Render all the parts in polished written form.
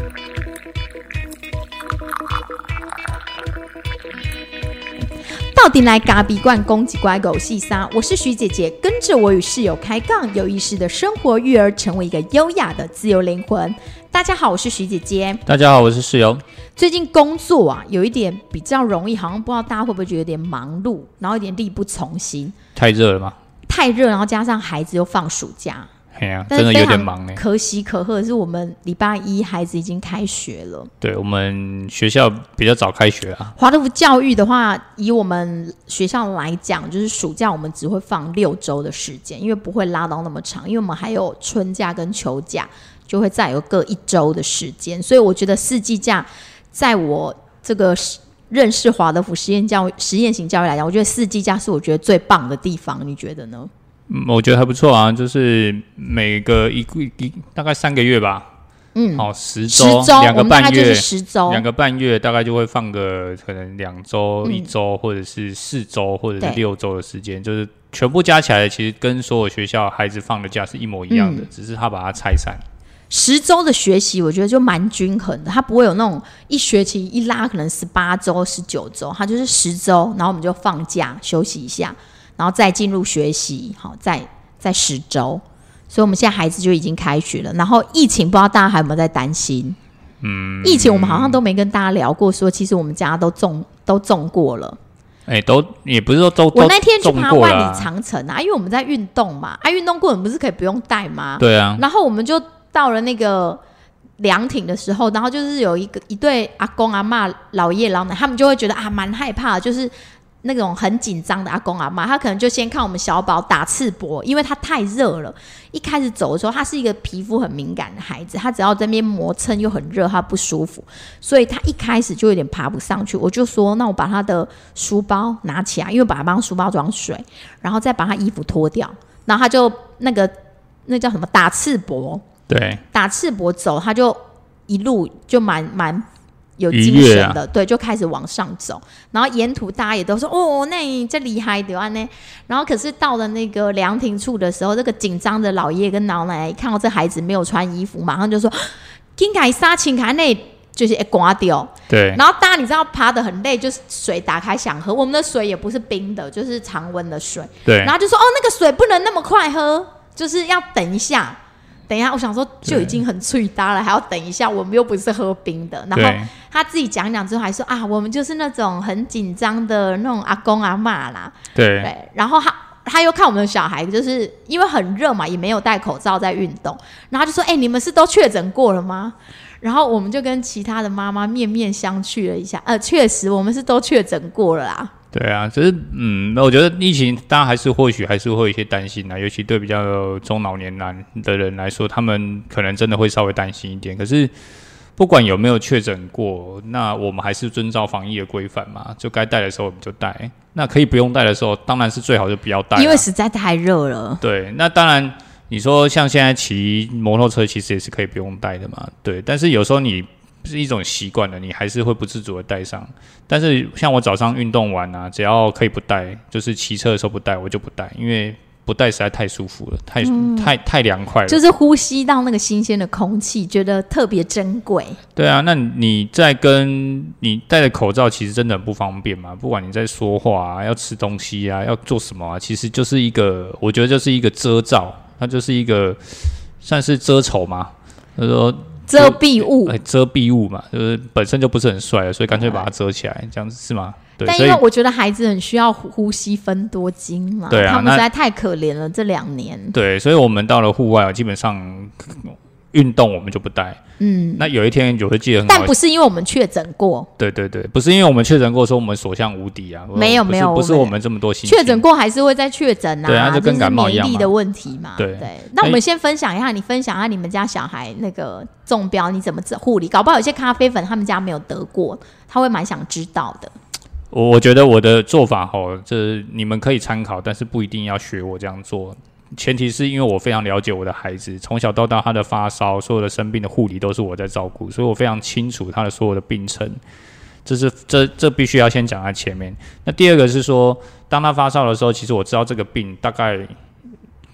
到底来咖比罐攻击乖狗细沙，我是徐姐姐，跟着我与室友开杠，有意识的生活育儿，成为一个优雅的自由灵魂。大家好，我是徐姐姐。 大家好，我是室友。 最近工作啊，有一点比较容易，好像不知道大家会不会觉得有点忙碌，然后有点力不从心。 太热了吗？ 太热，然后加上孩子又放暑假。 真的有点忙呢。 可喜可贺的是，我们礼拜一孩子已经开学了。 对，我们学校比较早开学啊。 华德福教育的话，以我们学校来讲，就是暑假我们只会放6周的时间，因为不会拉到那么长，因为我们还有春假跟秋假，就会再有各1周的时间。所以我觉得4季假，在我这个认识华德福实验型教育来讲，我觉得4季假是我觉得最棒的地方。你觉得呢？ 我觉得还不错啊，就是每个大概3个月吧，好10周，2个半月，2个半月大概就会放个可能2周、1周，或者是4周，或者是6周的时间，就是全部加起来，其实跟所有学校孩子放的假是一模一样的，只是他把它拆散。 10周的学习，我觉得就蛮均衡的，它不会有那种一学期一拉可能18周、19周，它就是10周，然后我们就放假休息一下。然后再进入学习，好，再10周，所以我们现在孩子就已经开学了。然后疫情，不知道大家还有没有在担心？疫情我们好像都没跟大家聊过，说其实我们家都中过了。 都也不是说都我那天去爬万里长城啊，因为我们在运动嘛，运动过程不是可以不用带吗？ 对啊。 然后我们就到了那个凉亭的时候，然后就是有一对阿公阿嬷、老爷老奶，他们就会觉得蛮害怕的，就是那种很紧张的阿公阿嬷，他可能就先看我们小宝打赤膊，因为他太热了。一开始走的时候，他是一个皮肤很敏感的孩子，他只要在那边磨蹭又很热，他不舒服，所以他一开始就有点爬不上去。我就说，那我把他的书包拿起来，因为把他帮书包装水，然后再把他衣服脱掉，然后他就那叫什么打赤膊，对，打赤膊走，他就一路就蛮有精神的，对，就开始往上走，然后沿途大家也都说那你这厉害的呢。然后可是到了那个凉亭处的时候，这个紧张的老爷跟老奶奶看到这孩子没有穿衣服，马上就说紧改杀请看那就是刮掉。对，然后大家你知道爬得很累，就是水打开想喝，我们的水也不是冰的，就是常温的水。对，然后就说那个水不能那么快喝，就是要等一下。我想说就已经很脆搭了，还要等一下，我们又不是喝冰的。然后他自己讲之后还说我们就是那种很紧张的那种阿公阿嬷啦。对，然后他又看我们的小孩，就是因为很热嘛，也没有戴口罩在运动，然后他就说你们是都确诊过了吗？然后我们就跟其他的妈妈面面相觑了一下，确实我们是都确诊过了啦。对啊，就是我觉得疫情大家或许还是会有一些担心啦，尤其对比较中老年的人来说，他们可能真的会稍微担心一点。可是不管有没有确诊过，那我们还是遵照防疫的规范嘛，就该戴的时候我们就戴，那可以不用戴的时候，当然是最好就不要戴，因为实在太热了。对，那当然你说像现在骑摩托车其实也是可以不用戴的嘛，对，但是有时候你是一种习惯了，你还是会不自主的戴上。但是像我早上运动完只要可以不戴，就是骑车的时候不戴，我就不戴，因为不戴实在太舒服了，太凉快了，就是呼吸到那个新鲜的空气，觉得特别珍贵。对啊，那你你戴着口罩，其实真的很不方便嘛。不管你在说话要吃东西要做什么其实就是我觉得就是一个遮罩，它就是一个算是遮丑嘛，就是说遮蔽物嘛，就是本身就不是很帅了，所以干脆把它遮起来，这样子是吗？对，但因为我觉得孩子很需要呼吸分多精嘛，对啊，他们实在太可怜了这2年。对，所以我们到了户外基本上运动我们就不戴。那有一天我会记得很好，但不是因为我们确诊过。对对对，不是因为我们确诊过说我们所向无敌啊，没有，不是我们这么多心情，确诊过还是会再确诊啊，对啊，就跟感冒一样嘛，就是免疫力的问题嘛。对，那我们先分享一下，你分享一下你们家小孩那个中标你怎么护理，搞不好有些咖啡粉他们家没有得过，他会蛮想知道的。我觉得我的做法这你们可以参考，但是不一定要学我这样做。前提是因为我非常了解我的孩子，从小到大他的发烧所有的生病的护理都是我在照顾，所以我非常清楚他的所有的病程，这必须要先讲在前面。那第二个是说，当他发烧的时候，其实我知道这个病大概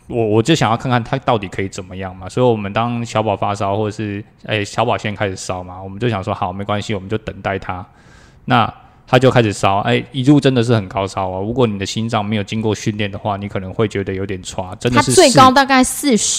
我就想要看看他到底可以怎么样嘛，所以我们当小宝发烧或者是小宝先开始烧嘛，我们就想说好没关系，我们就等待他。那他就开始烧，一路真的是很高烧啊！如果你的心脏没有经过训练的话，你可能会觉得有点差，真的是。 他最高大概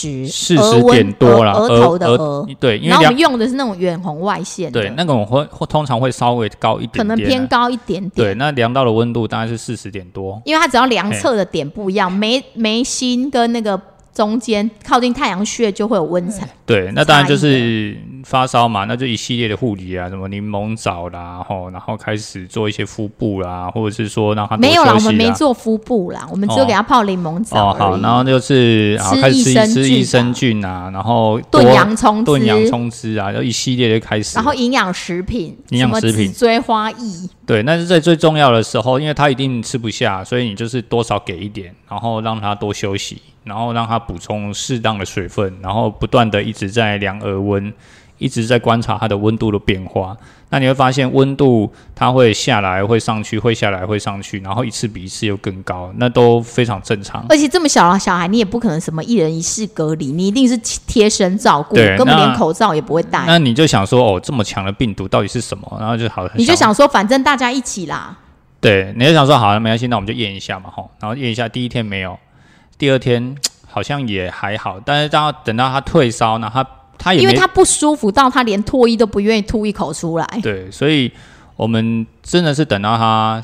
40 点多啦， 额头的额。 对，因为然后我们用的是那种远红外线的， 对，那种通常会稍微高一点点， 可能偏高一点点。 对，那量到的温度大概是40点多， 因为它只要量测的点不一样，眉心跟那个中间靠近太阳穴就会有温差。 对，那当然就是发烧嘛，那就一系列的护理啊，什么柠檬藻啦，然后开始做一些敷布啦，或者是说让他多休息啦。 没有啦，我们没做敷布啦，我们只有给他泡柠檬藻而已。 好，然后就是开始吃益生菌啊，然后炖洋葱汁啊，就一系列就开始。 然后营养食品， 什么紫锥花艺。 对，但是在最重要的时候，因为他一定吃不下，所以你就是多少给一点，然后让他多休息，然后让他补充适当的水分，然后不断的一直在量额温，一直在观察它的温度的变化。那你会发现温度它会下来会上去，会下来会上去，然后一次比一次又更高，那都非常正常。 而且这么小的小孩，你也不可能什么一人一室隔离，你一定是贴身照顾，根本连口罩也不会戴。 那你就想说，这么强的病毒到底是什么？然后就好， 你就想说，反正大家一起啦。 对，你就想说，好，没关系，那我们就验一下嘛，然后验一下，第一天没有，第二天好像也还好，但是等到他退烧，那他也没， 因为他不舒服到他连唾液都不愿意吐一口出来。 对，所以我们真的是等到他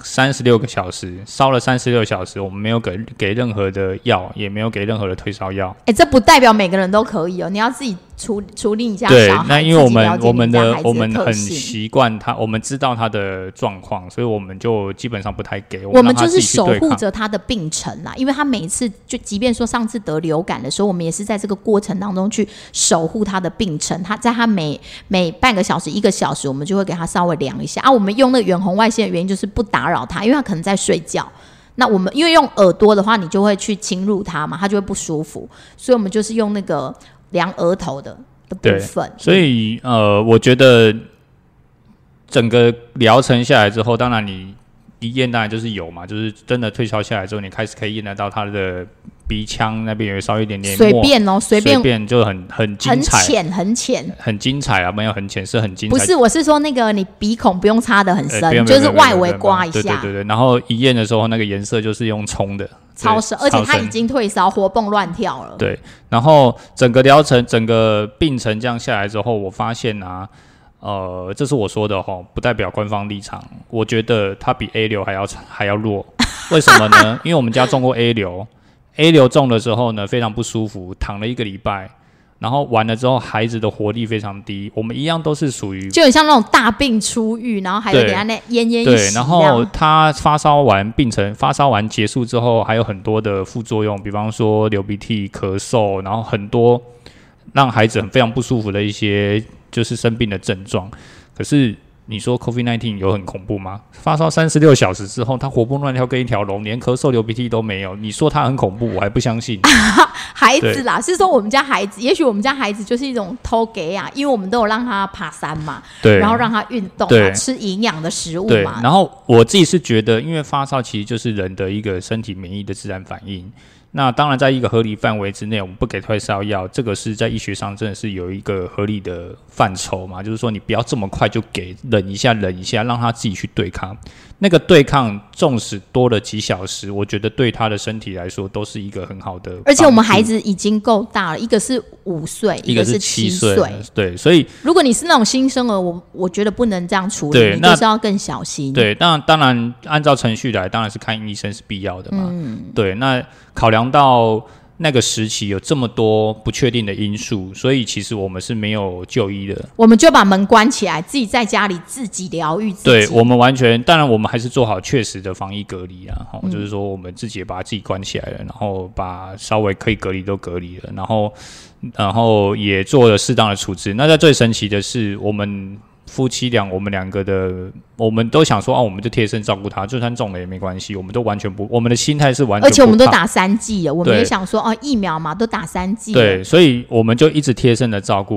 36个小时，烧了36小时，我们没有给任何的药，也没有给任何的退烧药。 这不代表每个人都可以哦，你要自己处理你家小孩。 对，那因为我们很习惯他，我们知道他的状况，所以我们就基本上不太给。 我们就是守护着他的病程啦，因为他每次就即便说上次得流感的时候，我们也是在这个过程当中去守护他的病程。他在他每半个小时1个小时，我们就会给他稍微量一下啊。我们用那个远红外线的原因就是不打扰他，因为他可能在睡觉。那我们因为用耳朵的话，你就会去侵入他嘛，他就会不舒服，所以我们就是用那个量额头的部分。 所以我觉得整个疗程下来之后，当然你一验当然就是有嘛，就是真的退烧下来之后，你开始可以验得到他的鼻腔那边有稍微一点点随便就很精彩， 很浅， 很精彩啊！没有很浅，是很精彩。 不是，我是说那个你鼻孔不用插得很深，就是外围刮一下。 对。然后一验的时候，那个颜色就是用冲的， 超深，而且他已经退烧，活蹦乱跳了。 对，然后整个疗程、整个病程这样下来之后，我发现啊。这是我说的不代表官方立场。我觉得它比 A 流还要弱，为什么呢？因为我们家中过 A 流中的时候呢，非常不舒服，躺了1个礼拜，然后完了之后，孩子的活力非常低。我们一样都是属于就很像那种大病初愈，然后还有点那奄奄一息。 对，然后他发烧完结束之后，还有很多的副作用，比方说流鼻涕、咳嗽，然后很多让孩子非常不舒服的一些。就是生病的症状，可是你说 COVID-19 有很恐怖吗？发烧36小时之后，他活蹦乱跳跟一条龙，连咳嗽流鼻涕都没有。你说他很恐怖，我还不相信。 孩子啦，是说我们家孩子，也许我们家孩子就是一种偷给啊，因为我们都有让他爬山嘛，对，然后让他运动嘛，吃营养的食物嘛。 对，然后我自己是觉得，因为发烧其实就是人的一个身体免疫的自然反应。那当然，在一个合理范围之内，我们不给退烧药，这个是在医学上真的是有一个合理的范畴嘛，就是说你不要这么快就给，忍一下，让他自己去对抗。那个对抗，纵使多了几小时，我觉得对他的身体来说都是一个很好的。 而且我们孩子已经够大了，一个是5岁，一个是7岁， 对，所以如果你是那种新生儿，我觉得不能这样处理，你就是要更小心。 对，当然按照程序来，当然是看医生是必要的嘛。对，那考量到那个时期有这么多不确定的因素，所以其实我们是没有就医的， 我们就把门关起来，自己在家里自己疗愈自己。 对，我们完全，当然我们还是做好确实的防疫隔离啊，就是说我们自己也把自己关起来了，然后把稍微可以隔离都隔离了，然后也做了适当的处置。那在最神奇的是，我们夫妻俩，我们2个的，我们都想说我们就贴身照顾他，就算中了也没关系，我们都完全不，我们的心态是完全不怕， 而且我们都打3剂了，我们也想说疫苗嘛，都打3剂了， 对，所以我们就一直贴身的照顾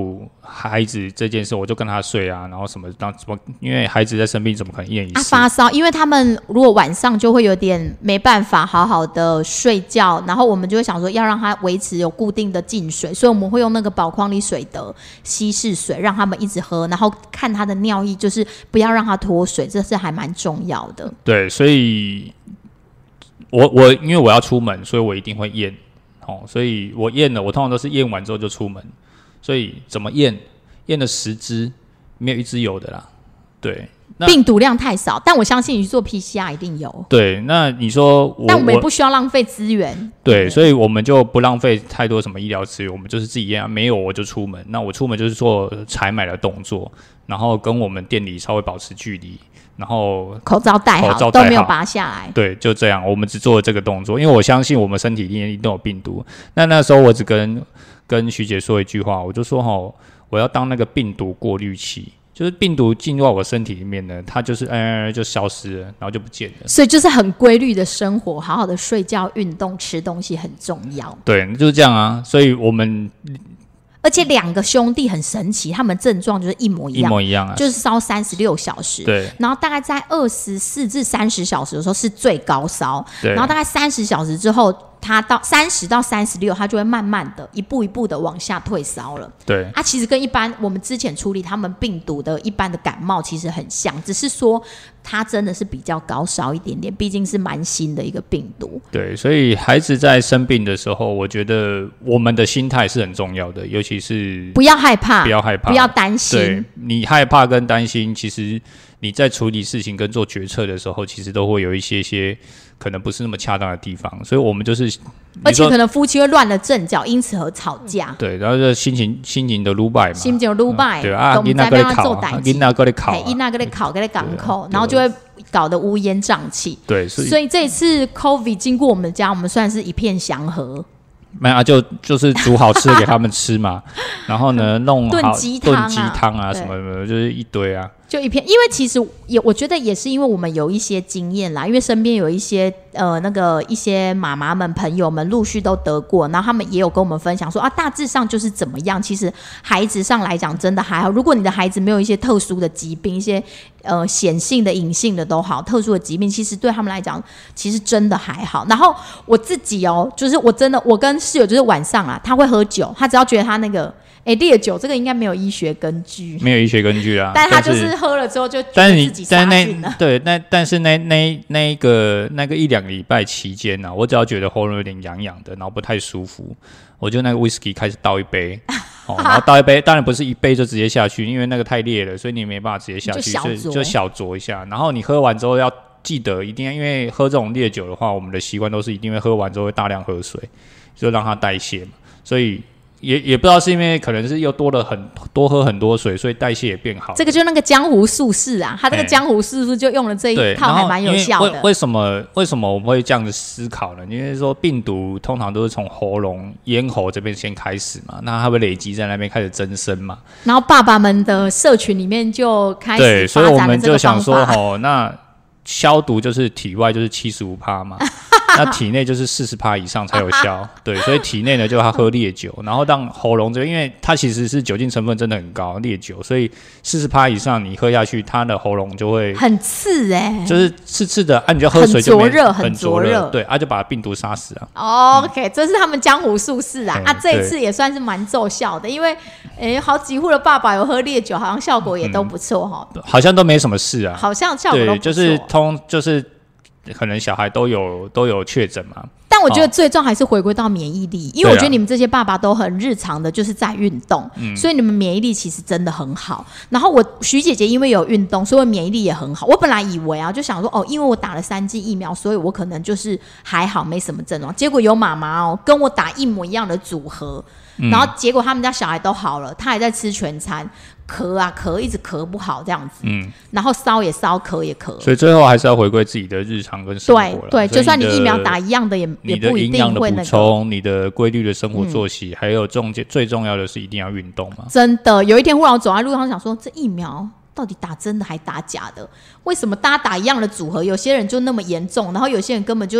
孩子这件事，我就跟他睡啊，然后什么，因为孩子在生病，怎么可能一人一室？ 发烧，因为他们如果晚上就会有点没办法好好的睡觉，然后我们就会想说要让他维持有固定的进水，所以我们会用那个宝矿力水的稀释水让他们一直喝，然后看他的尿液，就是不要让他脱水，这是还蛮重要的。 对，所以因为我要出门，所以我一定会验。所以我验了，我通常都是验完之后就出门。所以怎么验？验了10只，没有1只有的啦。对， 病毒量太少，但我相信你去做 PCR 一定有。 对，那你说但我们也不需要浪费资源。 对，所以我们就不浪费太多什么医疗资源，我们就是自己验，没有我就出门。那我出门就是做采买的动作，然后跟我们店里稍微保持距离。然后口罩戴好，都没有拔下来。 对，就这样，我们只做了这个动作，因为我相信我们身体里面一定有病毒。那时候我只跟徐姐说一句话，我就说我要当那个病毒过滤器，就是病毒进入到我身体里面呢，它就是就消失了，然后就不见了。 所以就是很规律的生活，好好的睡觉、运动、吃东西很重要。 对，就是这样啊。所以我们。 而且2个兄弟很神奇，他们症状就是一模一样啊， 就是烧36小时。 对， 然后大概在24至30小时的时候是最高烧，然后大概30小时之后，他到30到36，他就会慢慢的一步一步的往下退烧了。 对， 其实跟一般我们之前处理他们病毒的一般的感冒其实很像，只是说它真的是比较高烧一点点，毕竟是蛮新的一个病毒。 对，所以孩子在生病的时候，我觉得我们的心态是很重要的，尤其是不要害怕， 不要害怕， 不要担心。 对，你害怕跟担心，其实你在处理事情跟做决策的时候，其实都会有一些可能不是那么恰当的地方，所以我们就是， 而且可能夫妻会乱了阵脚，因此而吵架。 对，然后就心情的撸败嘛， 心情撸败， 对啊， 你在让他做歹事，那个考， 那个考，给他港口，然后就会搞得乌烟瘴气。 对， 所以这一次 COVID 经过我们家，我们算是一片祥和。 没有啊，就是煮好吃的给他们吃嘛，然后呢弄好炖鸡汤啊什么的，就是一堆啊。 就一片，因为其实我觉得也是因为我们有一些经验啦，因为身边有一些一些妈妈们朋友们陆续都得过，然后他们也有跟我们分享说大致上就是怎么样。其实孩子上来讲真的还好，如果你的孩子没有一些特殊的疾病，一些显性的、隐性的都好，特殊的疾病，其实对他们来讲其实真的还好。然后我自己就是我跟室友就是晚上他会喝酒，他只要觉得他那个。烈酒这个应该没有医学根据， 没有医学根据啊。 但他就是喝了之后就觉得自己杀菌了。 对，但是那一个1-2个礼拜期间呢，我只要觉得喉咙有点痒痒的，然后不太舒服，我就那个 whisky 开始倒一杯，然后倒一杯，当然不是一杯就直接下去，因为那个太烈了，所以你没办法直接下去，所以就小酌一下。然后你喝完之后要记得一定要，因为喝这种烈酒的话，我们的习惯都是一定会喝完之后会大量喝水，就让它代谢嘛，所以。也不知道是因为可能是又多喝很多水，所以代谢也变好。 这个就那个江湖术士啊，他这个江湖术士就用了这一套，还蛮有效的。 为什么我们会这样子思考呢？因为说病毒通常都是从喉咙、咽喉这边先开始嘛，那它会累积在那边开始增生嘛。 然后爸爸们的社群里面就开始发展了这个方法。对，所以我们就想说那消毒就是体外就是75%嘛。那体内就是40%以上才有效，对，所以体内呢就他喝烈酒，然后让喉咙因为它其实是酒精成分真的很高，烈酒，所以40%以上你喝下去，它的喉咙就会很刺就是刺的，你就喝水就很灼热， 对，就把病毒杀死啊。 OK， 这是他们江湖术士啊，这一次也算是蛮奏效的，因为好几户的爸爸有喝烈酒，好像效果也都不错好像都没什么事啊， 好像效果都不错， 就是可能小孩都有确诊嘛， 但我觉得最终还是回归到免疫力，因为我觉得你们这些爸爸都很日常的，就是在运动，所以你们免疫力其实真的很好。然后徐姐姐因为有运动，所以我免疫力也很好。我本来以为就想说因为我打了3剂疫苗，所以我可能就是还好，没什么症状。结果有妈妈跟我打一模一样的组合，然后结果他们家小孩都好了，他还在吃全餐。咳一直咳不好这样子，然后烧也烧，咳也咳， 所以最后还是要回归自己的日常跟生活了。 对，就算你疫苗打一样的，也不一定会你的营养的补充，你的规律的生活作息，还有最重要的是一定要运动嘛。 真的，有一天忽然我走在路上想说，这疫苗到底打真的还打假的？为什么大家打一样的组合，有些人就那么严重，然后有些人根本就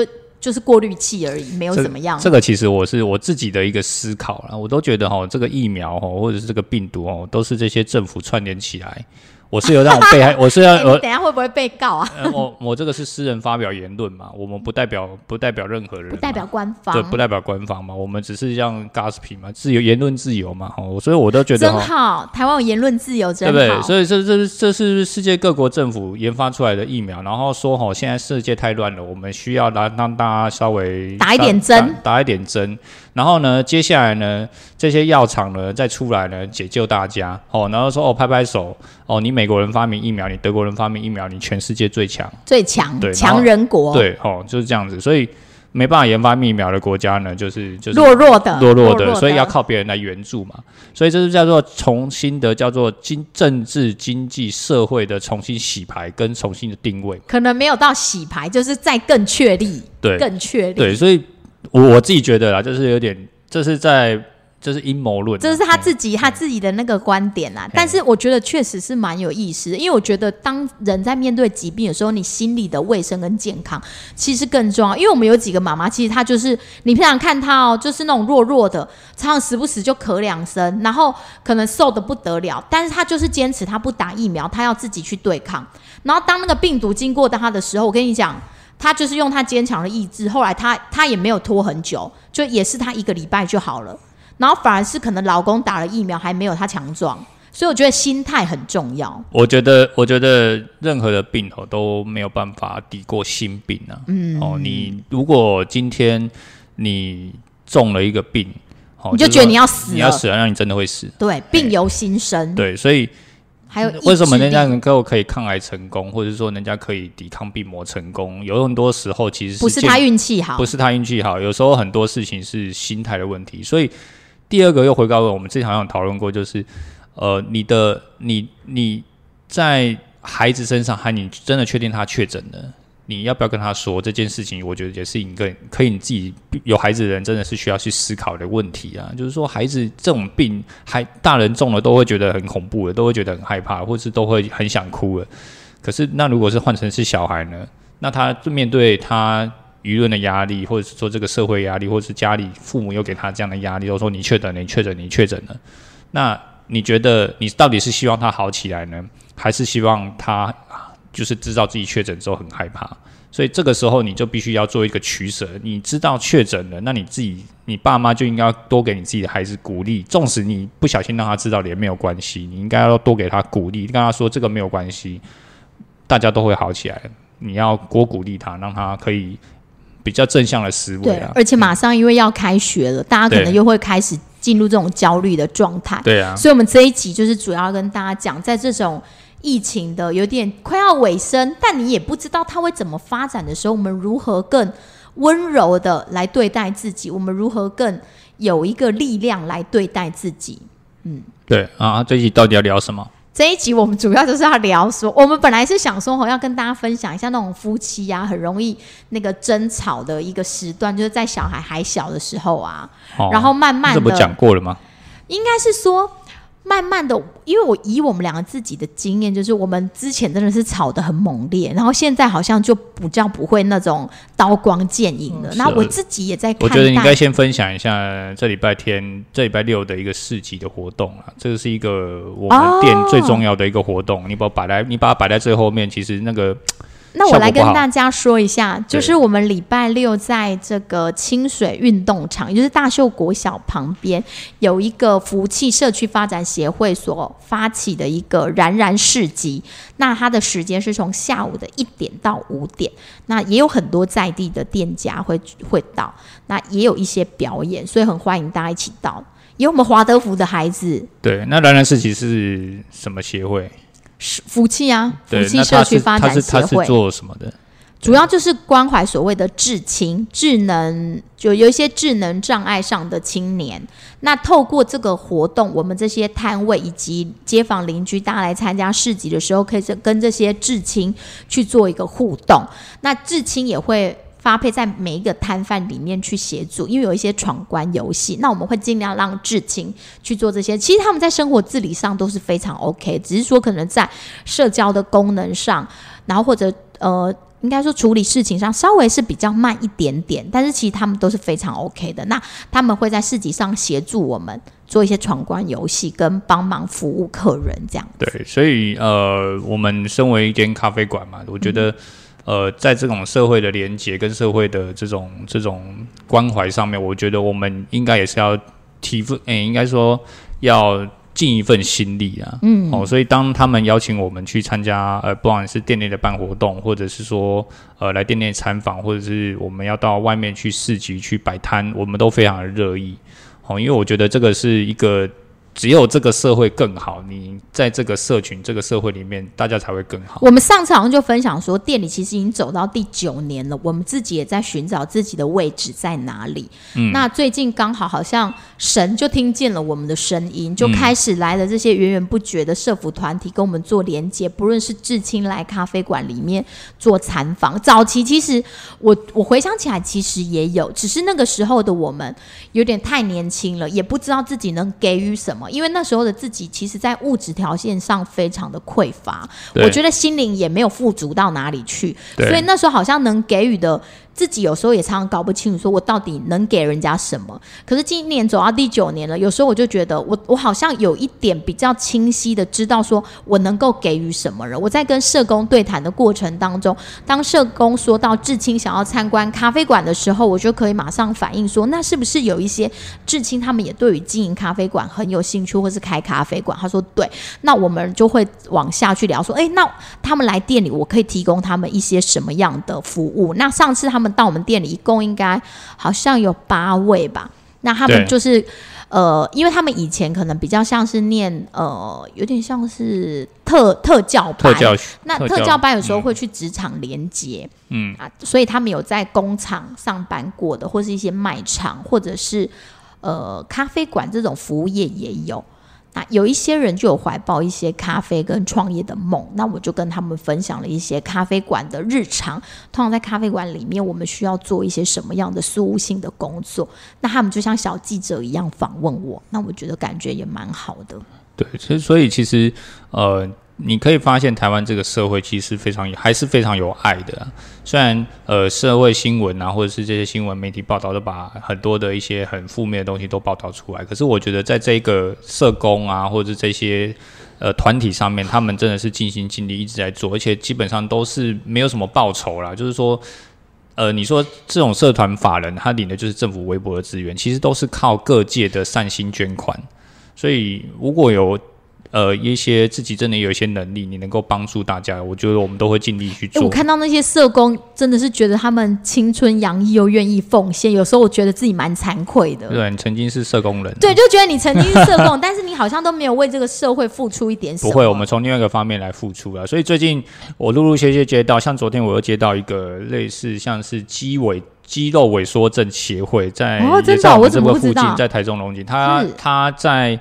就是过滤器而已，没有怎么样。 这个其实是我自己的一个思考啦，我都觉得这个疫苗或者是这个病毒都是这些政府串联起来。我是有让我被害，我是要你等一下会不会被告啊？ 我这个是私人发表言论嘛，我们不代表任何人， 不代表官方， 对，不代表官方嘛，我们只是像 gossip 嘛，自由言论自由嘛，所以我都觉得真好，台湾有言论自由真好， 对不对？所以这是世界各国政府研发出来的疫苗，然后说现在世界太乱了，我们需要让大家稍微打一点针， 打一点针。然后呢，接下来呢，这些药厂呢再出来呢解救大家然后说拍拍手你美国人发明疫苗，你德国人发明疫苗，你全世界最强，对， 强人国， 对就是这样子。所以没办法研发疫苗的国家呢，就是弱弱的， 所以要靠别人来援助嘛。所以这是叫做重新的叫做政治、经济、社会的重新洗牌跟重新的定位， 可能没有到洗牌，就是再更确立， 对， 更确立， 对，所以。我自己觉得啦，就是有点，这是阴谋论， 这是他自己的那个观点啦。但是我觉得确实是蛮有意思的，因为我觉得当人在面对疾病的时候，你心理的卫生跟健康其实更重要。因为我们有几个妈妈，其实她就是你平常看她就是那种弱弱的，常常时不时就咳2声，然后可能瘦得不得了，但是她就是坚持她不打疫苗，她要自己去对抗。然后当那个病毒经过她的时候，我跟你讲。他就是用他坚强的意志，后来他也没有拖很久，就也是他1个礼拜就好了，然后反而是可能老公打了疫苗还没有他强壮，所以我觉得心态很重要。我觉得任何的病都没有办法抵过心病啊。你如果今天你中了一个病， 你就觉得你要死了， 那你真的会死。 对，病由心生。 对，所以。 还有为什么人家能够可以抗癌成功，或者说人家可以抵抗病魔成功？有很多时候其实不是他运气好， 不是他运气好，有时候很多事情是心态的问题。所以第二个又回到我们之前好像有讨论过，就是你在孩子身上，你真的确定他确诊了？你要不要跟他说这件事情？我觉得也是一个可以你自己有孩子的人真的是需要去思考的问题啊。就是说，孩子这种病，大人中了都会觉得很恐怖的，都会觉得很害怕，或是都会很想哭了。可是，那如果是换成是小孩呢？那他面对他舆论的压力，或者是说这个社会压力，或者是家里父母又给他这样的压力，都说你确诊了，你确诊了。那你觉得你到底是希望他好起来呢，还是希望他？就是知道自己确诊之后很害怕，所以这个时候你就必须要做一个取舍。你知道确诊了，那你爸妈就应该要多给你自己的孩子鼓励，纵使你不小心让他知道了也没有关系，你应该要多给他鼓励，跟他说这个没有关系，大家都会好起来。你要多鼓励他，让他可以比较正向的思维啊。 而且马上因为要开学了，大家可能又会开始进入这种焦虑的状态。 对啊， 所以我们这一集就是主要跟大家讲，在这种疫情的有点快要尾声，但你也不知道它会怎么发展的时候，我们如何更温柔的来对待自己，我们如何更有一个力量来对待自己。 对啊，这一集到底要聊什么？ 这一集我们主要就是要聊说，我们本来是想说要跟大家分享一下那种夫妻啊很容易那个争吵的一个时段，就是在小孩还小的时候啊，然后慢慢的， 这不讲过了吗？ 应该是说慢慢的，因为以我们两个自己的经验，就是我们之前真的是吵得很猛烈，然后现在好像就比较不会那种刀光剑影了。然后我自己也在看待， 我觉得你应该先分享一下这礼拜六的一个市集的活动啊，这个是一个我们店最重要的一个活动，你把它摆在最后面，其实那我来跟大家说一下，就是我们礼拜六在这个清水运动场，也就是大秀国小旁边，有一个福气社区发展协会所发起的一个燃燃市集。那它的时间是从下午的1点到5点，那也有很多在地的店家会到，那也有一些表演，所以很欢迎大家一起到。也有我们华德福的孩子。 对，那燃燃市集是什么协会？ 福气啊，福气社区发展协会， 他是做什么的？ 主要就是关怀所谓的智青、智能，就有一些智能障碍上的青年。那透过这个活动，我们这些摊位以及街坊邻居，大家来参加市集的时候，可以跟这些智青去做一个互动。那智青也会发配在每一个摊贩里面去协助，因为有一些闯关游戏，那我们会尽量让智青去做这些。其实他们在生活自理上都是非常 OK， 只是说可能在社交的功能上，然后或者应该说处理事情上稍微是比较慢一点点，但是其实他们都是非常 OK 的。那他们会在市集上协助我们做一些闯关游戏，跟帮忙服务客人这样子。 对，所以我们身为一间咖啡馆嘛，我觉得在这种社会的连结跟社会的这种关怀上面，我觉得我们应该也是要应该说要尽一份心力啊。所以当他们邀请我们去参加不管是店内的办活动，或者是说来店内参访，或者是我们要到外面去市集去摆摊，我们都非常的热议。因为我觉得这个是一个只有这个社会更好，你在这个社群、这个社会里面，大家才会更好。 我们上次好像就分享说，店里其实已经走到第9年了，我们自己也在寻找自己的位置在哪里。那最近刚好像神就听见了我们的声音，就开始来了这些源源不绝的社福团体跟我们做连接，不论是至亲来咖啡馆里面做参访。早期其实我回想起来，其实也有，只是那个时候的我们有点太年轻了，也不知道自己能给予什么。因为那时候的自己其实在物质条件上非常的匮乏，我觉得心灵也没有富足到哪里去，所以那时候好像能给予的自己有时候也常常搞不清楚说我到底能给人家什么。可是今年走到第9年了，有时候我就觉得我好像有一点比较清晰的知道说我能够给予什么人。我在跟社工对谈的过程当中，当社工说到至亲想要参观咖啡馆的时候，我就可以马上反映说，那是不是有一些至亲他们也对于经营咖啡馆很有兴趣，或是开咖啡馆？他说对，那我们就会往下去聊说，那他们来店里我可以提供他们一些什么样的服务。那上次他们到我们店里一共应该好像有8位吧，那他们就是因为他们以前可能比较像是念有点像是特教班，那特教班有时候会去职场连结，所以他们有在工厂上班过的，或是一些卖场，或者是咖啡馆这种服务业也有。那有一些人就有怀抱一些咖啡跟创业的梦，那我就跟他们分享了一些咖啡馆的日常。通常在咖啡馆里面，我们需要做一些什么样的事务性的工作？那他们就像小记者一样访问我，那我觉得感觉也蛮好的。 对，所以其实你可以发现台湾这个社会其实还是非常有爱的啊。虽然社会新闻啊，或者是这些新闻媒体报道都把很多的一些很负面的东西都报道出来，可是我觉得在这个社工啊，或者是这些团体上面，他们真的是尽心尽力一直在做，而且基本上都是没有什么报酬啦，就是说你说这种社团法人他领的就是政府微薄的资源，其实都是靠各界的善心捐款。所以如果有一些自己真的有一些能力，你能够帮助大家，我觉得我们都会尽力去做。 我看到那些社工，真的是觉得他们青春洋溢又愿意奉献，有时候我觉得自己蛮惭愧的。 对，你曾经是社工人， 对，就觉得你曾经是社工，但是你好像都没有为这个社会付出一点什么。 不会，我们从另外一个方面来付出了。所以最近我陆陆续续接到，像昨天我又接到一个类似像是肌肉萎缩症协会，也在我们这个附近，在台中龙井，他在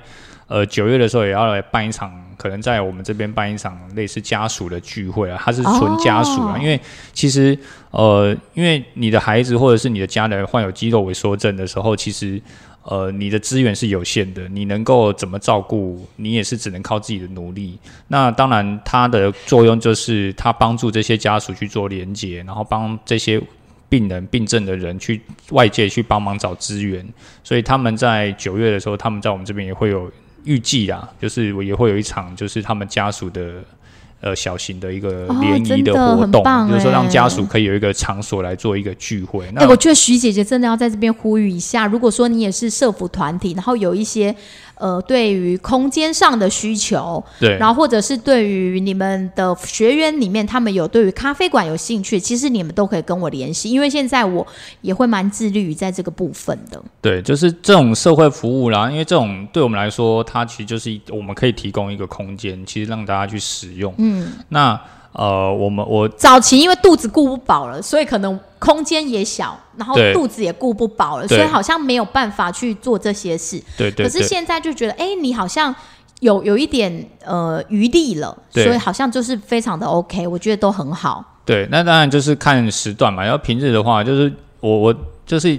9月的时候也要来办一场，可能在我们这边办一场类似家属的聚会啊，他是纯家属啊，因为其实因为你的孩子或者是你的家人患有肌肉萎缩症的时候，其实你的资源是有限的，你能够怎么照顾，你也是只能靠自己的努力。那当然，它的作用就是它帮助这些家属去做连结，然后帮这些病人病症的人去外界去帮忙找资源。所以他们在9月的时候，他们在我们这边也会有预计啊，就是也会有一场就是他们家属的小型的一个联谊的活动，就是说让家属可以有一个场所来做一个聚会。那我觉得徐姐姐真的要在这边呼吁一下，如果说你也是社福团体，然后有一些对于空间上的需求，对，然后或者是对于你们的学员里面他们有对于咖啡馆有兴趣，其实你们都可以跟我联系，因为现在我也会蛮致力于在这个部分的。 对，就是这种社会服务啦，因为这种对我们来说，它其实就是我们可以提供一个空间，其实让大家去使用。那我早期因为肚子顾不饱了，所以可能空间也小，然后肚子也顾不饱了，所以好像没有办法去做这些事。对，可是现在就觉得，你好像有一点余力了，所以好像就是非常的 OK， 我觉得都很好。 对，那当然就是看时段嘛。要平日的话，就是我就是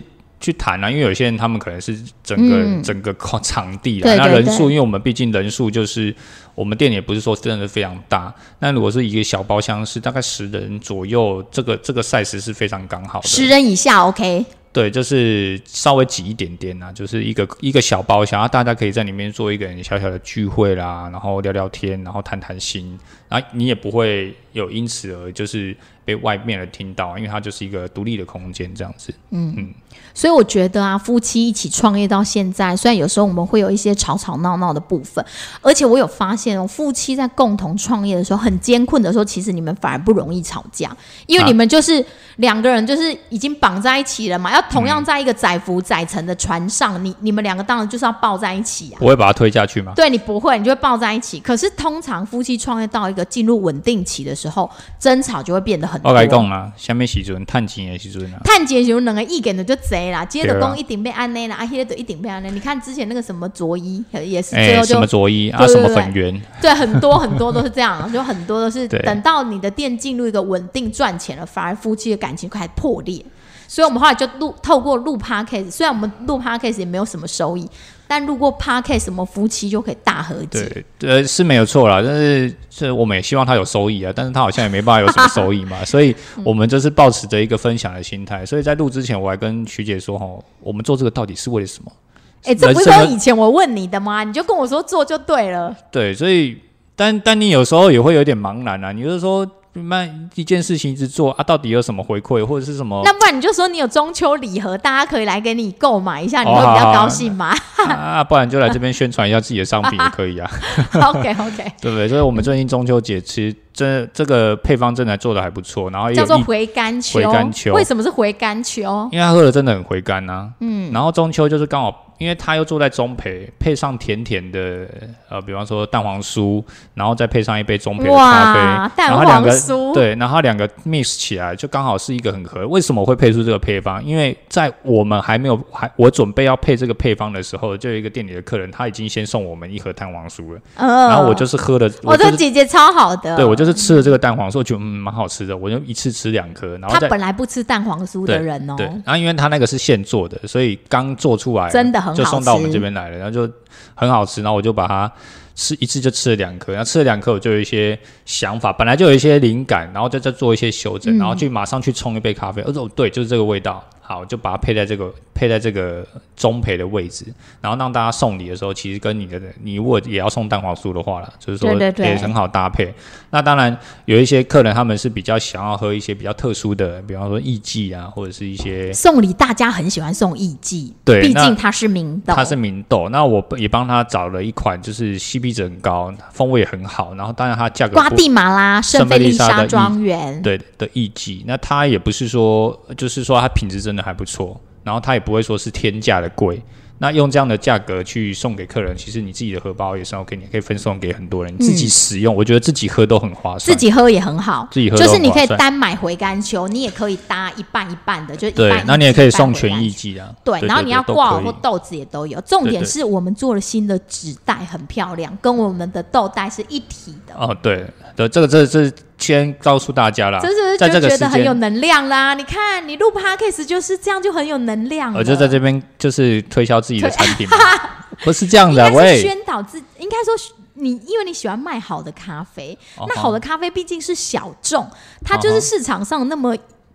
去谈因为有些人他们可能是整个场地啦，那人数，因为我们毕竟人数就是我们店也不是说真的非常大，那如果是一个小包厢是大概10人左右，这个 size 是非常刚好的 ，10人以下 OK。 对，就是稍微挤一点点啦，就是一个小包厢，大家可以在里面做一个小小的聚会啦，然后聊聊天，然后谈谈心，然后你也不会有因此而就是被外面人听到，因为它就是一个独立的空间这样子。 所以我觉得啊，夫妻一起创业到现在，虽然有时候我们会有一些吵吵闹闹的部分，而且我有发现夫妻在共同创业的时候，很艰困的时候，其实你们反而不容易吵架，因为你们就是两个人就是已经绑在一起了嘛，要同样在一个载浮载沉的船上，你们两个当然就是要抱在一起啊。 我会把它推下去吗？ 对，你不会，你就会抱在一起。可是通常夫妻创业到一个进入稳定期的时候，争吵就会变得很多。 我跟你讲啊，什么时阵趁钱的时阵啊？ 趁钱的时候，两个意见就贼啦，接着讲一定被安内啦，那个一定被安内。你看之前那个什么佐伊也是最后就什么佐伊啊，什么粉圆， 对，很多很多都是这样，就很多都是等到你的店进入一个稳定赚钱了，反而夫妻的感情开始破裂。所以我们后来就透过录 podcast， 虽然我们录 podcast 也没有什么收益，但录过 podcast， 我们夫妻就可以大和解。 对，是没有错啦，但是我们也希望他有收益啊，但是他好像也没办法有什么收益嘛，所以我们就是抱持着一个分享的心态。所以在录之前，我还跟曲姐说，我们做这个到底是为了什么？ 这不是说以前我问你的吗？你就跟我说做就对了。 对，所以但你有时候也会有点茫然啊，你就是说。一件事情一直做到底有什么回馈或者是什么？ 那不然你就说你有中秋礼盒，大家可以来给你购买一下，你会比较高兴吗？ 不然就来这边宣传一下自己的商品也可以啊。 OK， 对不对？所以我们最近中秋节其实这个配方真的做的还不错，然后也叫做回甘秋。为什么是回甘秋？ 因为它喝的真的很回甘啊。然后中秋就是刚好。因为它又做在中培，配上甜甜的比方说蛋黄酥，然后再配上一杯中培的咖啡， 蛋黄酥， 对，然后两个 mix 起来，就刚好是一个很合。为什么我会配出这个配方？因为在我们我准备要配这个配方的时候，就有一个店里的客人，他已经先送我们一盒蛋黄酥了，然后我就是喝了， 我的姐姐超好的， 对我就是吃了这个蛋黄酥，我觉得蛮好吃的，我就一次吃2颗。然后他本来不吃蛋黄酥的人对，然后因为他那个是现做的，所以刚做出来真的很好吃， 就送到我们这边来了，然后就很好吃，然后我就把它一次就吃了2颗，然后吃了2颗我就有一些想法，本来就有一些灵感，然后再做一些修正，然后马上去冲一杯咖啡，对，就是这个味道，好，就把它配在这个中培的位置，然后让大家送礼的时候，其实跟你如果也要送蛋黄酥的话啦，就是说也很好搭配。那当然有一些客人他们是比较想要喝一些比较特殊的，比方说艺妓啊，或者是一些送礼，大家很喜欢送艺妓， 对， 毕竟它是明豆，那我也帮他找了一款就是 CP 值很高，风味也很好，然后当然它价格瓜地马拉圣菲利莎庄园对的艺妓，那它也不是说就是说它品质真的还不错，然后它也不会说是天价的贵。那用这样的价格去送给客人，其实你自己的荷包也是 OK， 你可以分送给很多人，你自己使用，我觉得自己喝都很划算， 自己喝也很好， 自己喝都很划算， 就是你可以单买回甘秋，你也可以搭一半一半的，就一半对，那你也可以送全艺妓啊， 对，然后你要挂耳或豆子也都有。重点是我们做了新的纸袋，很漂亮，跟我们的豆袋是一体的。 哦，对，这先告诉大家啦， 这是就觉得很有能量啦。你看，你录 podcast 就是这样，就很有能量了。 我就在这边就是推销自己的产品嘛，不是这样的， 应该是宣导自己，应该说因为你喜欢卖好的咖啡，那好的咖啡毕竟是小众，它就是市场上那么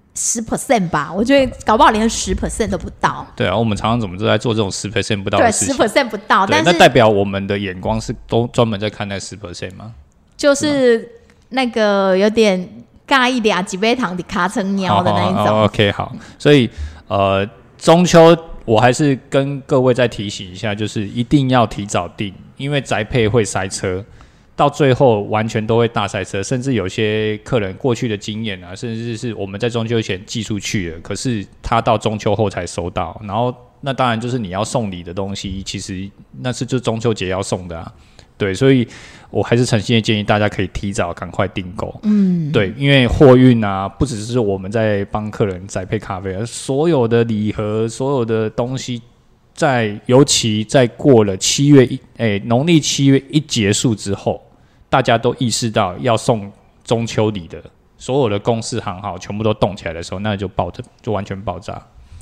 10% 吧，我觉得搞不好连10% 都不到。 对啊，我们常常怎么都在做这种10% 不到的事情， 对，10% 不到，但是那代表我们的眼光是都专门在看那10% 吗？ 就是那个有点尬一俩几杯糖的卡成鸟的那一种。 OK， 好，所以中秋我还是跟各位再提醒一下，就是一定要提早订，因为宅配会塞车，到最后完全都会大塞车，甚至有些客人过去的经验啊，甚至是我们在中秋前寄出去了，可是他到中秋后才收到，然后那当然就是你要送礼的东西，其实那是就中秋节要送的啊。对，所以我还是诚心的建议大家可以提早赶快订购。对，因为货运啊，不只是我们在帮客人宅配咖啡，而所有的礼盒、所有的东西，尤其在过了农历7月一结束之后，大家都意识到要送中秋礼的，所有的公司行号全部都动起来的时候，那就完全爆炸。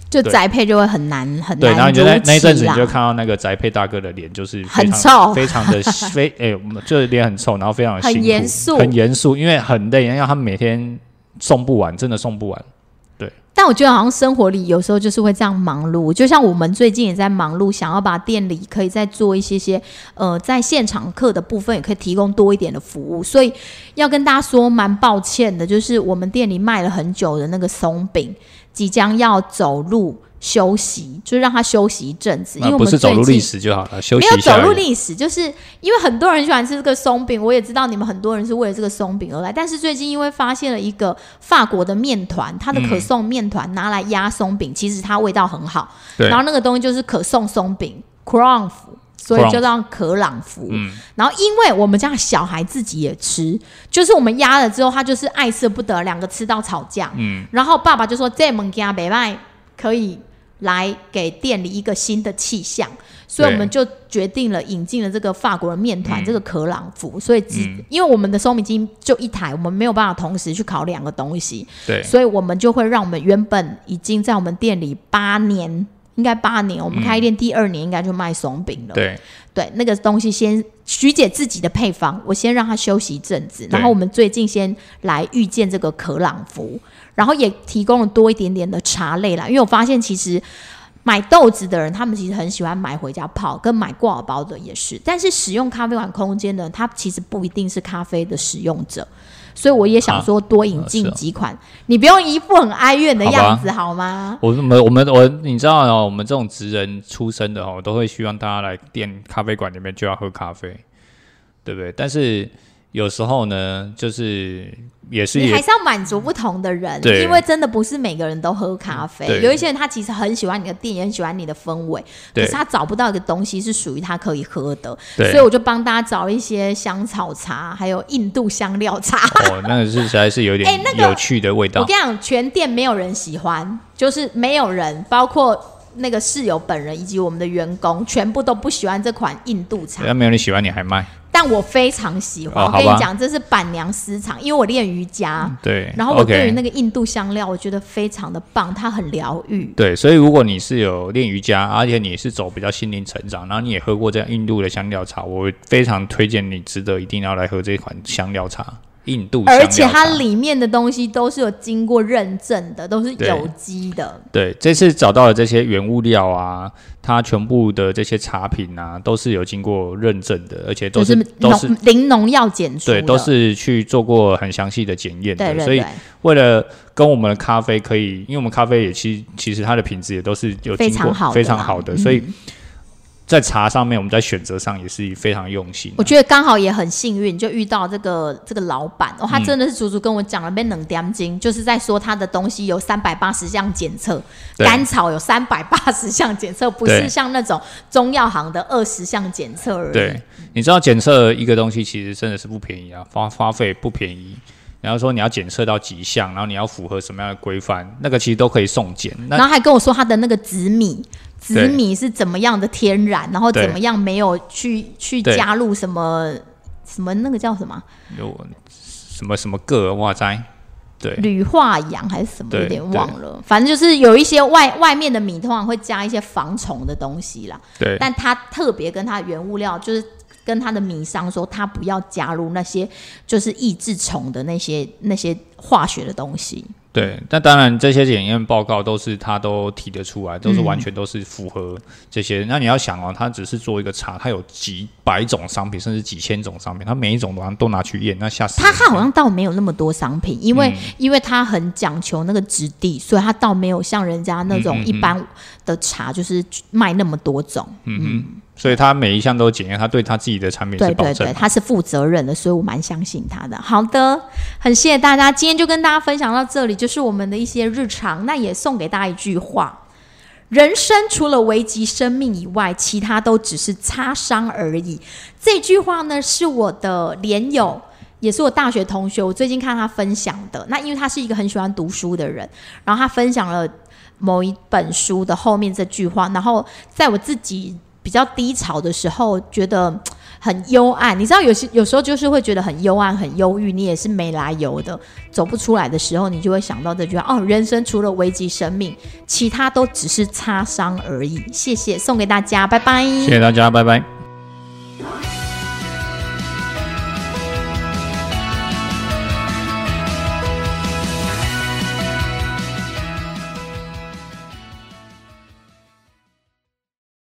就宅配就会很难很难。 对，然后你就那一阵子你就看到那个宅配大哥的脸就是很臭， 非常的就是脸很臭，然后非常的辛苦， 很严肃， 因为很累，因为他们每天送不完，真的送不完。对， 但我觉得好像生活里有时候就是会这样忙碌，就像我们最近也在忙碌，想要把店里可以再做一些在现场课的部分也可以提供多一点的服务，所以要跟大家说蛮抱歉的，就是我们店里卖了很久的那个松饼即将要走路休息，就让他休息一阵子，因为我们不是走入历史就好了，休息一下。 没有走入历史，就是因为很多人喜欢吃这个松饼，我也知道你们很多人是为了这个松饼而来，但是最近因为发现了一个法国的面团，它的可颂面团拿来压松饼，其实它味道很好，然后那个东西就是可颂松饼 Crown， 所以就叫可朗福。然后因为我们家小孩自己也吃，就是我们压了之后，他就是爱吃不得，两个吃到吵架。然后爸爸就说这物件不错，可以来给店里一个新的气象，所以我们就决定了引进了这个法国的面团，这个可朗福。所以因为我们的松饼机就一台，我们没有办法同时去烤2个东西，对，所以我们就会让我们原本已经在我们店里8年，应该8年，我们开店第2年应该就卖松饼了。对，那个东西先徐姐自己的配方，我先让她休息一阵子，然后我们最近先来遇见这个可朗福，然后也提供了多一点点的茶类啦，因为我发现其实买豆子的人，他们其实很喜欢买回家泡，跟买挂耳包的也是，但是使用咖啡馆空间的人，他其实不一定是咖啡的使用者，所以我也想说多引进几款，你不用一副很哀怨的样子 好吗？ 你知道我们这种职人出身的都会希望大家来店咖啡馆里面就要喝咖啡，对不对？但是有时候呢，就是你还是要满足不同的人，因为真的不是每个人都喝咖啡，有一些人他其实很喜欢你的店，也很喜欢你的氛围，可是他找不到一个东西是属于他可以喝的，所以我就帮大家找了一些香草茶，还有印度香料茶。 那个是实在是有点有趣的味道。 我跟你讲，全店没有人喜欢，就是没有人，包括那个室友本人以及我们的员工，全部都不喜欢这款印度茶。 没有人喜欢你还卖？ 但我非常喜欢，我跟你讲，这是板娘私藏，因为我练瑜伽， 对， 然后我对于那个印度香料，我觉得非常的棒，它很疗愈。 对，所以如果你是有练瑜伽，而且你是走比较心灵成长，然后你也喝过这样印度的香料茶，我非常推荐你，值得一定要来喝这款香料茶。印度香料茶， 而且它里面的东西都是有经过认证的，都是有机的。 对，这次找到的这些原物料啊，它全部的这些茶品啊，都是有经过认证的，而且都是零农药检出的， 对，都是去做过很详细的检验的。对，所以为了跟我们的咖啡可以，因为我们咖啡也其实它的品质也都是有经过非常好的，所以在茶上面，我们在选择上也是非常用心。 我觉得刚好也很幸运，就遇到这个老板他真的是足足跟我讲了2点钟，就是在说他的东西有380项检测，甘草有380项检测，不是像那种中药行的20项检测而已。 对，你知道检测一个东西其实真的是不便宜啊，花费不便宜。然后说你要检测到几项，然后你要符合什么样的规范，那个其实都可以送检。 然后还跟我说他的那个紫米是怎么样的天然，然后怎么样没有去加入什么那个叫什么有什么铬哇塞，对， 铝化氧还是什么，有点忘了。反正就是有一些外面的米通常会加一些防虫的东西啦，对。但他特别跟他原物料就是跟他的米商说，他不要加入那些就是抑制虫的那些化学的东西。 对，但当然这些检验报告他都提得出来，都是完全都是符合这些。那你要想他只是做一个茶，他有几百种商品，甚至几千种商品，他每一种都拿去验，那吓死人。 他好像倒没有那么多商品，因为他很讲求那个质地，所以他倒没有像人家那种一般的茶就是卖那么多种。 所以他每一项都检验，他对他自己的产品是保证， 对，他是负责任的，所以我蛮相信他的。好的，很谢谢大家，今天就跟大家分享到这里，就是我们的一些日常。那也送给大家一句话：人生除了危及生命以外，其他都只是擦伤而已。这句话呢，是我的连友，也是我大学同学，我最近看他分享的。那因为他是一个很喜欢读书的人，然后他分享了某一本书的后面这句话，然后在我自己比较低潮的时候，觉得很幽暗，你知道有时候就是会觉得很幽暗很忧郁，你也是没来由的走不出来的时候，你就会想到这句话，人生除了危及生命，其他都只是擦伤而已。谢谢，送给大家，拜拜。 谢谢大家，拜拜。